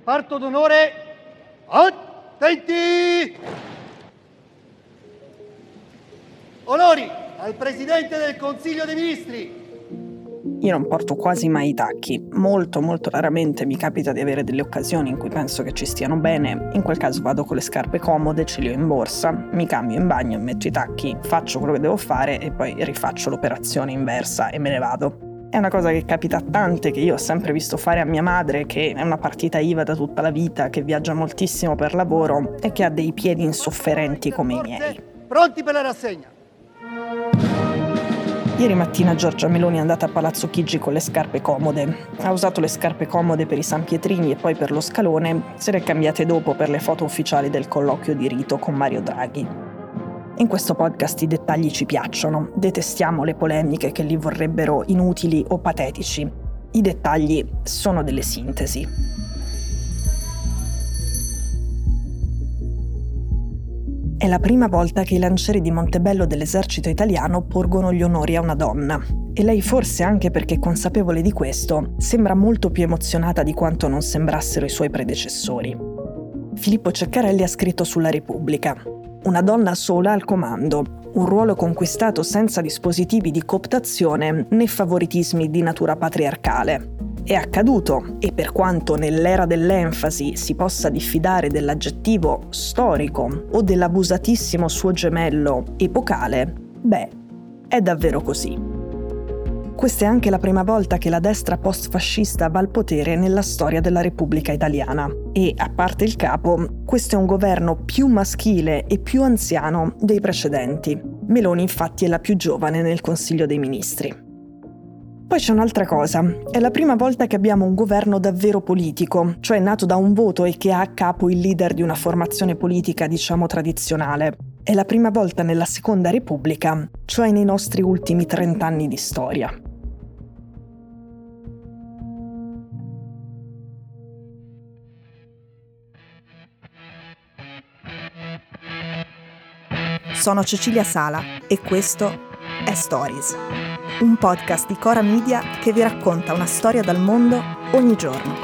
reparto d'onore, attenti! Onori al Presidente del Consiglio dei Ministri. Io non porto quasi mai i tacchi, molto raramente mi capita di avere delle occasioni in cui penso che ci stiano bene, in quel caso vado con le scarpe comode, ce le ho in borsa, mi cambio in bagno, metto i tacchi, faccio quello che devo fare e poi rifaccio l'operazione inversa e me ne vado. È una cosa che capita a tante, che io ho sempre visto fare a mia madre, che è una partita IVA da tutta la vita, che viaggia moltissimo per lavoro e che ha dei piedi insofferenti come i miei. Pronti per la rassegna? Ieri mattina Giorgia Meloni è andata a Palazzo Chigi con le scarpe comode. Ha usato le scarpe comode per i San Pietrini e poi per lo scalone, se le è cambiate dopo per le foto ufficiali del colloquio di rito con Mario Draghi. In questo podcast i dettagli ci piacciono, detestiamo le polemiche che li vorrebbero inutili o patetici. I dettagli sono delle sintesi. È la prima volta che i lancieri di Montebello dell'esercito italiano porgono gli onori a una donna. E lei, forse anche perché consapevole di questo, sembra molto più emozionata di quanto non sembrassero i suoi predecessori. Filippo Ceccarelli ha scritto sulla Repubblica: una donna sola al comando, un ruolo conquistato senza dispositivi di cooptazione né favoritismi di natura patriarcale. È accaduto, e per quanto nell'era dell'enfasi si possa diffidare dell'aggettivo storico o dell'abusatissimo suo gemello epocale, è davvero così. Questa è anche la prima volta che la destra post-fascista va al potere nella storia della Repubblica Italiana. E, a parte il capo, questo è un governo più maschile e più anziano dei precedenti. Meloni infatti è la più giovane nel Consiglio dei Ministri. Poi c'è un'altra cosa, è la prima volta che abbiamo un governo davvero politico, cioè nato da un voto e che ha a capo il leader di una formazione politica, diciamo, tradizionale. È la prima volta nella Seconda Repubblica, cioè nei nostri ultimi 30 anni di storia. Sono Cecilia Sala e questo è Stories, un podcast di Cora Media che vi racconta una storia dal mondo ogni giorno.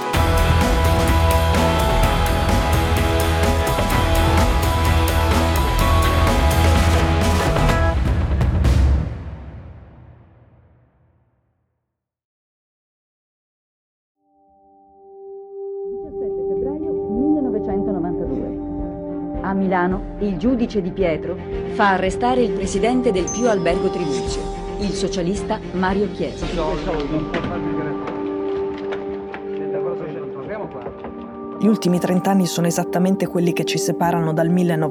A Milano, il giudice Di Pietro fa arrestare il presidente del Pio Albergo Tribuzio, il socialista Mario Chiesa. Gli ultimi 30 anni sono esattamente quelli che ci separano dal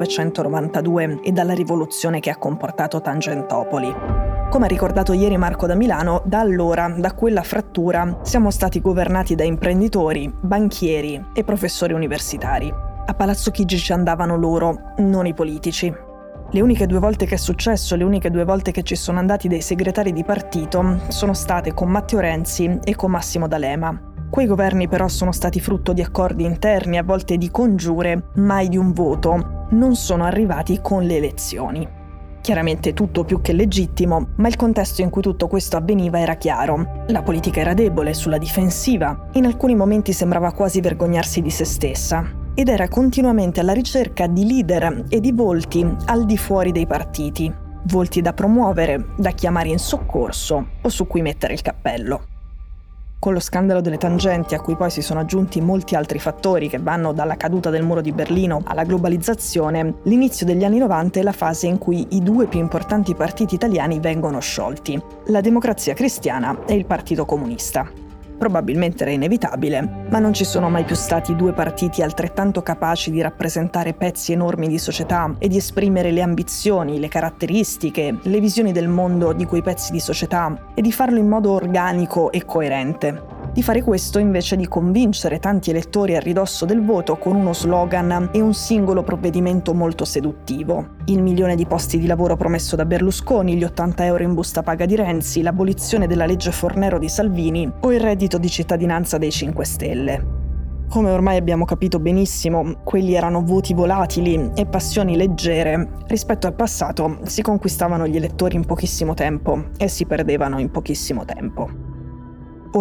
1992 e dalla rivoluzione che ha comportato Tangentopoli. Come ha ricordato ieri Marco da Milano, da allora, da quella frattura, siamo stati governati da imprenditori, banchieri e professori universitari. A Palazzo Chigi ci andavano loro, non i politici. Le uniche 2 volte che è successo, le uniche 2 volte che ci sono andati dei segretari di partito, sono state con Matteo Renzi e con Massimo D'Alema. Quei governi però sono stati frutto di accordi interni, a volte di congiure, mai di un voto. Non sono arrivati con le elezioni. Chiaramente tutto più che legittimo, ma il contesto in cui tutto questo avveniva era chiaro. La politica era debole, sulla difensiva, in alcuni momenti sembrava quasi vergognarsi di se stessa. Ed era continuamente alla ricerca di leader e di volti al di fuori dei partiti. Volti da promuovere, da chiamare in soccorso o su cui mettere il cappello. Con lo scandalo delle tangenti, a cui poi si sono aggiunti molti altri fattori che vanno dalla caduta del muro di Berlino alla globalizzazione, l'inizio degli anni 90 è la fase in cui i 2 più importanti partiti italiani vengono sciolti: la Democrazia Cristiana e il Partito Comunista. Probabilmente era inevitabile, ma non ci sono mai più stati 2 partiti altrettanto capaci di rappresentare pezzi enormi di società e di esprimere le ambizioni, le caratteristiche, le visioni del mondo di quei pezzi di società e di farlo in modo organico e coerente. Di fare questo invece di convincere tanti elettori a ridosso del voto con uno slogan e un singolo provvedimento molto seduttivo. Il 1.000.000 di posti di lavoro promesso da Berlusconi, gli 80 euro in busta paga di Renzi, l'abolizione della legge Fornero di Salvini o il reddito di cittadinanza dei 5 Stelle. Come ormai abbiamo capito benissimo, quelli erano voti volatili e passioni leggere. Rispetto al passato si conquistavano gli elettori in pochissimo tempo e si perdevano in pochissimo tempo. Ora,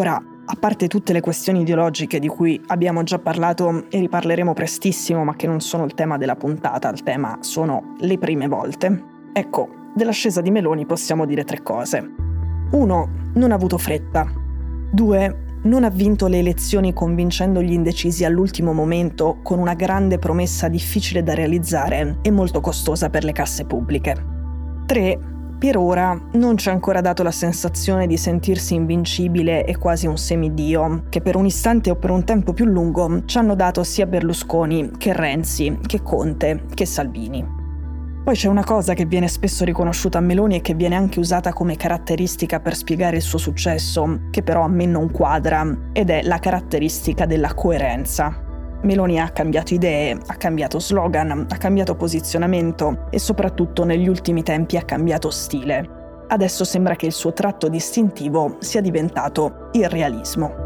A parte tutte le questioni ideologiche di cui abbiamo già parlato e riparleremo prestissimo, ma che non sono il tema della puntata, il tema sono le prime volte. Ecco, dell'ascesa di Meloni possiamo dire 3 cose. 1. Non ha avuto fretta. 2. Non ha vinto le elezioni convincendo gli indecisi all'ultimo momento con una grande promessa difficile da realizzare e molto costosa per le casse pubbliche. 3. Per ora non ci ha ancora dato la sensazione di sentirsi invincibile e quasi un semidio, che per un istante o per un tempo più lungo ci hanno dato sia Berlusconi che Renzi, che Conte, che Salvini. Poi c'è una cosa che viene spesso riconosciuta a Meloni e che viene anche usata come caratteristica per spiegare il suo successo, che però a me non quadra, ed è la caratteristica della coerenza. Meloni ha cambiato idee, ha cambiato slogan, ha cambiato posizionamento e soprattutto negli ultimi tempi ha cambiato stile. Adesso sembra che il suo tratto distintivo sia diventato il realismo.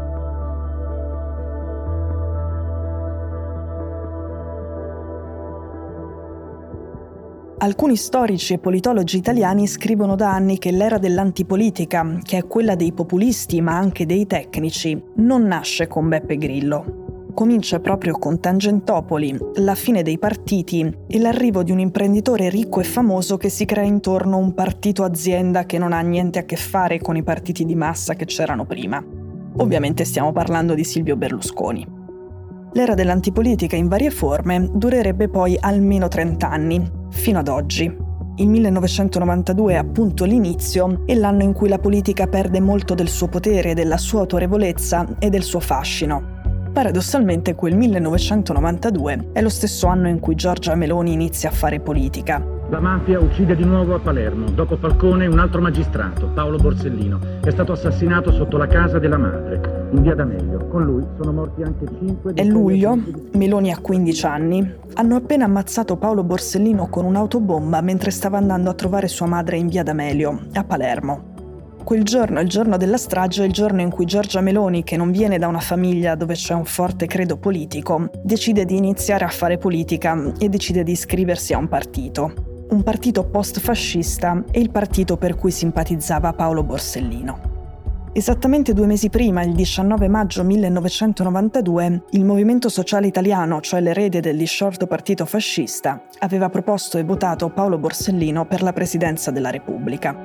Alcuni storici e politologi italiani scrivono da anni che l'era dell'antipolitica, che è quella dei populisti ma anche dei tecnici, non nasce con Beppe Grillo. Comincia proprio con Tangentopoli, la fine dei partiti e l'arrivo di un imprenditore ricco e famoso che si crea intorno a un partito azienda che non ha niente a che fare con i partiti di massa che c'erano prima. Ovviamente stiamo parlando di Silvio Berlusconi. L'era dell'antipolitica in varie forme durerebbe poi almeno 30 anni, fino ad oggi. Il 1992 è appunto l'inizio e l'anno in cui la politica perde molto del suo potere, della sua autorevolezza e del suo fascino. Paradossalmente quel 1992 è lo stesso anno in cui Giorgia Meloni inizia a fare politica. La mafia uccide di nuovo a Palermo. Dopo Falcone un altro magistrato, Paolo Borsellino, è stato assassinato sotto la casa della madre, in via D'Amelio. Con lui sono morti anche 5... È luglio, Meloni ha 15 anni. Hanno appena ammazzato Paolo Borsellino con un'autobomba mentre stava andando a trovare sua madre in via D'Amelio, a Palermo. Quel giorno, il giorno della strage, è il giorno in cui Giorgia Meloni, che non viene da una famiglia dove c'è un forte credo politico, decide di iniziare a fare politica e decide di iscriversi a un partito post-fascista e il partito per cui simpatizzava Paolo Borsellino. Esattamente 2 mesi prima, il 19 maggio 1992, il Movimento Sociale Italiano, cioè l'erede del disciolto partito fascista, aveva proposto e votato Paolo Borsellino per la presidenza della Repubblica.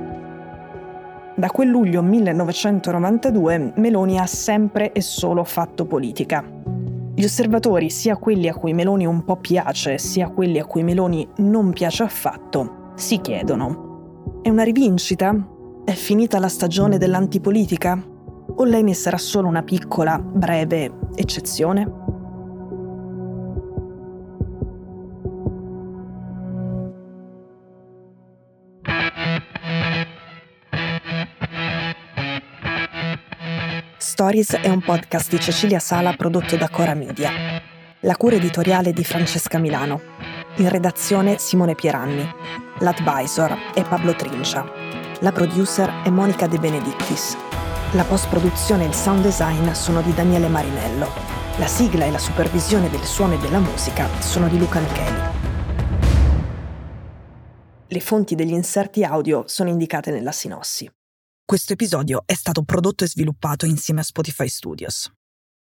Da quel luglio 1992 Meloni ha sempre e solo fatto politica. Gli osservatori, sia quelli a cui Meloni un po' piace, sia quelli a cui Meloni non piace affatto, si chiedono: è una rivincita? È finita la stagione dell'antipolitica? O lei ne sarà solo una piccola, breve eccezione? Stories è un podcast di Cecilia Sala prodotto da Cora Media. La cura editoriale di Francesca Milano. In redazione Simone Pieranni. L'advisor è Pablo Trincia. La producer è Monica De Benedictis. La post-produzione e il sound design sono di Daniele Marinello. La sigla e la supervisione del suono e della musica sono di Luca Micheli. Le fonti degli inserti audio sono indicate nella sinossi. Questo episodio è stato prodotto e sviluppato insieme a Spotify Studios.